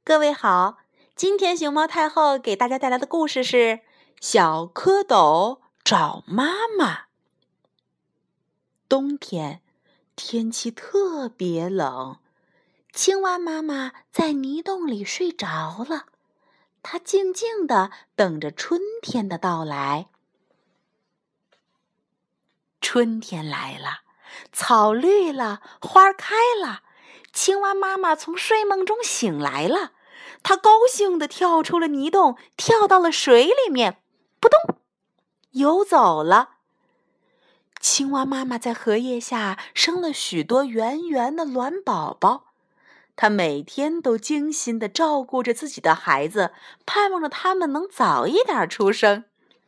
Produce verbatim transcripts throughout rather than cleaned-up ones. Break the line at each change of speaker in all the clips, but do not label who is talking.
各位好，今天熊猫太后给大家带来的故事是《小蝌蚪找妈妈》。冬天，天气特别冷，青蛙妈妈在泥洞里睡着了，她静静地等着春天的到来。春天来了，草绿了，花开了，青蛙妈妈从睡梦中醒来了。她高兴地跳出了泥洞，跳到了水里面，扑通，游走了。青蛙妈妈在荷叶下生了许多圆圆的卵宝宝，她每天都精心地照顾着自己的孩子，盼望着他们能早一点出生。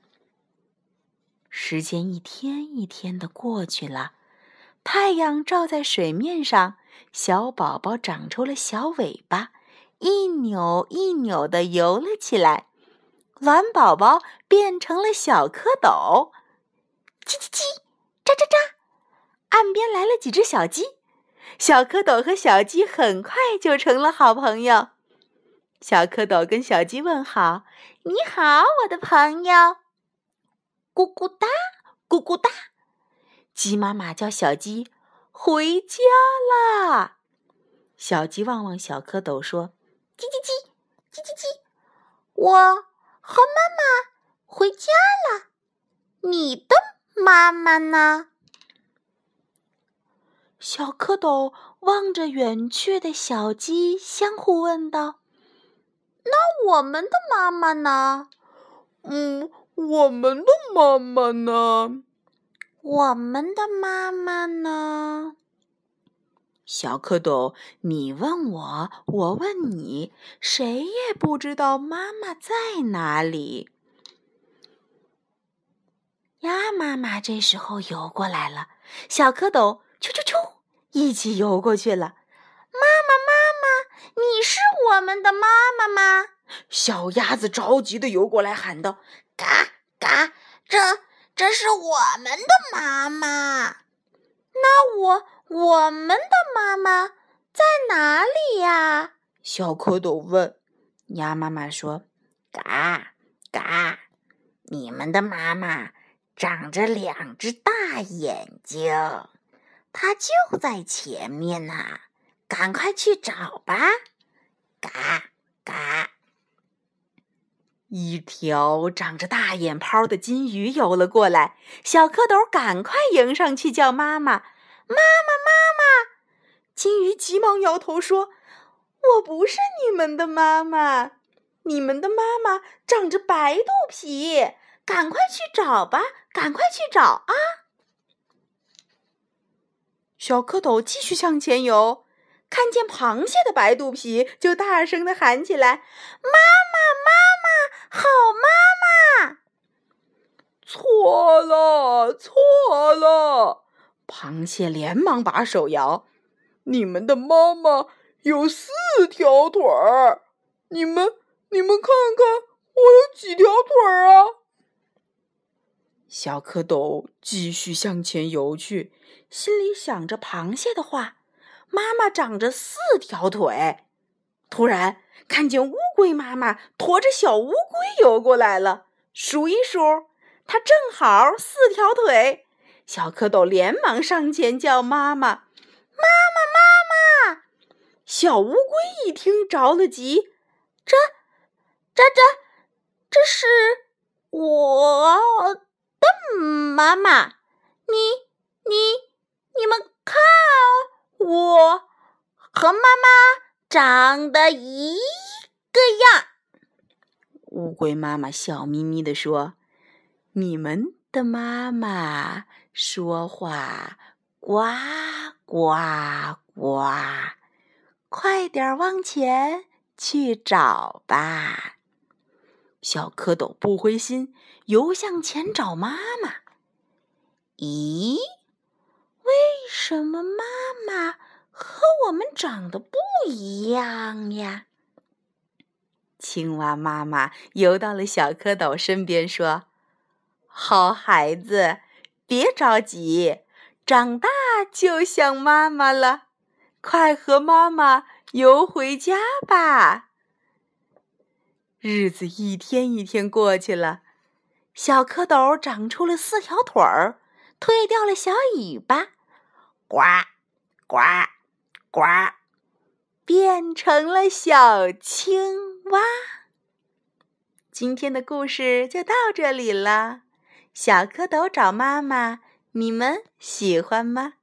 时间一天一天地过去了，太阳照在水面上，小宝宝长出了小尾巴，一扭一扭地游了起来，卵宝宝变成了小蝌蚪。叽叽叽，喳喳喳，岸边来了几只小鸡，小蝌蚪和小鸡很快就成了好朋友。小蝌蚪跟小鸡问好：“你好，我的朋友。”咕咕哒，咕咕哒，鸡妈妈叫小鸡回家啦。小鸡望望小蝌蚪说：“叽叽叽，叽叽叽，我和妈妈回家了，你的妈妈呢？”小蝌蚪望着远去的小鸡，相互问道：“那我们的妈妈呢？”“嗯，我们的妈妈呢？”“我们的妈妈呢？”小蝌蚪，你问我，我问你，谁也不知道妈妈在哪里。鸭妈妈这时候游过来了，小蝌蚪啾啾啾一起游过去了。妈妈，妈妈，你是我们的妈妈吗？小鸭子着急地游过来喊道：“嘎嘎，这这是我们的妈妈。”“那我我们的妈妈在哪里呀？”小蝌蚪问。鸭妈妈说：“嘎嘎，你们的妈妈长着两只大眼睛，它就在前面呢，赶快去找吧。嘎嘎。”一条长着大眼泡的金鱼游了过来，小蝌蚪赶快迎上去叫妈妈：“妈妈，妈妈！”金鱼急忙摇头说：“我不是你们的妈妈，你们的妈妈长着白肚皮，赶快去找吧，赶快去找啊！”小蝌蚪继续向前游，看见螃蟹的白肚皮，就大声地喊起来：“妈妈，妈妈，好妈妈！”错了，错了！螃蟹连忙把手摇：“你们的妈妈有四条腿儿，你们，你们看看我有几条腿儿啊？”小蝌蚪继续向前游去，心里想着螃蟹的话，妈妈长着四条腿。突然看见乌龟妈妈驮着小乌龟游过来了，数一数，它正好四条腿。小蝌蚪连忙上前叫妈妈：“妈妈，妈妈！”小乌龟一听着了急：“这、这、这、这是我的妈妈！你、你、你们看，我和妈妈长得一个样。”乌龟妈妈笑眯眯地说：“你们的妈妈说话呱呱呱，快点往前去找吧。”小蝌蚪不灰心，游向前找妈妈。咦，为什么妈妈和我们长得不一样呀？青蛙妈妈游到了小蝌蚪身边说：“好孩子，别着急，长大就像妈妈了，快和妈妈游回家吧。”
日子一天一天过去了，小蝌蚪长出了四条腿儿，蜕掉了小尾巴，呱呱呱，变成了小青蛙。今天的故事就到这里了，小蝌蚪找妈妈，你们喜欢吗？